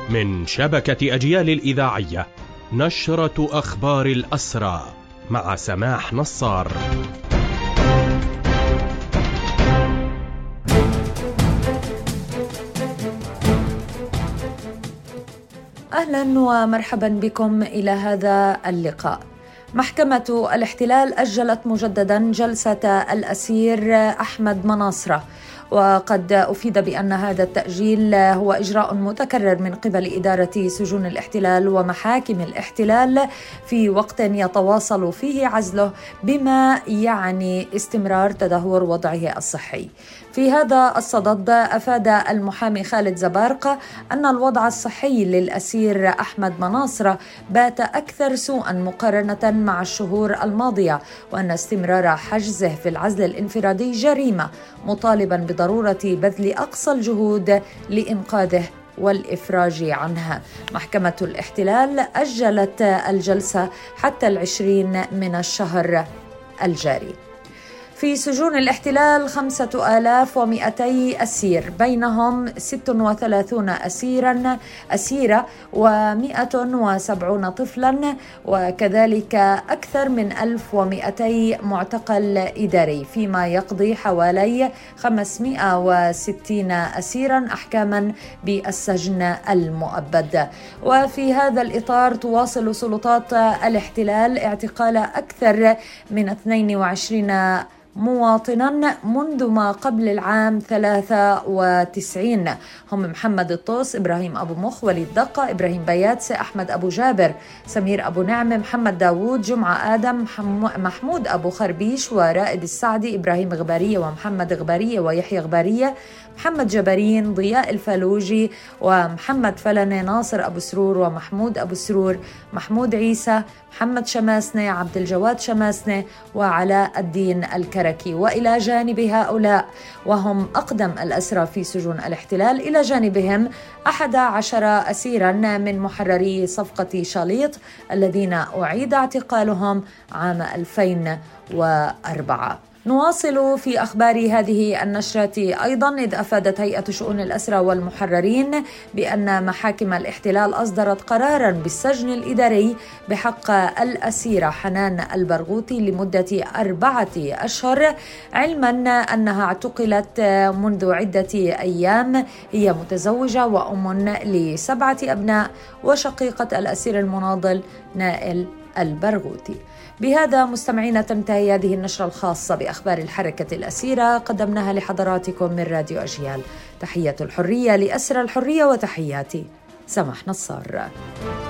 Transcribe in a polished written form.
من شبكة أجيال الإذاعية، نشرة أخبار الأسرى مع سماح نصار. أهلا ومرحبا بكم إلى هذا اللقاء. محكمة الاحتلال أجلت مجددا جلسة الأسير أحمد مناصرة، وقد أفيد بأن هذا التأجيل هو إجراء متكرر من قبل إدارة سجون الاحتلال ومحاكم الاحتلال في وقت يتواصل فيه عزله، بما يعني استمرار تدهور وضعه الصحي. في هذا الصدد أفاد المحامي خالد زبارقة أن الوضع الصحي للأسير أحمد مناصرة بات أكثر سوءا مقارنة مع الشهور الماضية، وأن استمرار حجزه في العزل الانفرادي جريمة، مطالبا بضرورة بذل أقصى الجهود لإنقاذه والإفراج عنها. محكمة الاحتلال أجلت الجلسة حتى 20 من الشهر الجاري. في سجون الاحتلال 5200 أسير، بينهم 36 أسيرة و170 طفلا، وكذلك أكثر من 1200 معتقل إداري، فيما يقضي حوالي 560 أسيرا أحكاما بالسجن المؤبد. وفي هذا الإطار تواصل سلطات الاحتلال اعتقال أكثر من 22 مواطنا منذ ما قبل العام 93، هم محمد الطوس، إبراهيم أبو مخ، وليد دقة، إبراهيم بياتسي، أحمد أبو جابر، سمير أبو نعمة، محمد داوود، جمعة آدم، محمود أبو خربيش، ورائد السعدي، إبراهيم غبارية ومحمد غبارية ويحيى غبارية، محمد جبارين، ضياء الفالوجي ومحمد فلنة، ناصر أبو سرور ومحمود أبو سرور، محمود عيسى، محمد شماسنة، عبد الجواد شماسنة، وعلاء الدين الكركي. وإلى جانب هؤلاء وهم أقدم الأسرى في سجون الاحتلال، إلى جانبهم 11 أسيرا من محرري صفقة شاليط الذين أعيد اعتقالهم عام 2004. نواصل في أخبار هذه النشرة أيضا، إذ أفادت هيئة شؤون الأسرى والمحررين بأن محاكم الاحتلال أصدرت قرارا بالسجن الإداري بحق الأسيرة حنان البرغوثي لمدة 4 أشهر، علما أنها اعتقلت منذ عدة أيام. هي متزوجة وأم ل7 أبناء، وشقيقة الأسير المناضل نائل البرغوثي. بهذا مستمعينا تنتهي هذه النشرة الخاصة بأخبار الحركة الأسيرة، قدمناها لحضراتكم من راديو أجيال. تحية الحرية لأسرى الحرية، وتحياتي سماح نصار.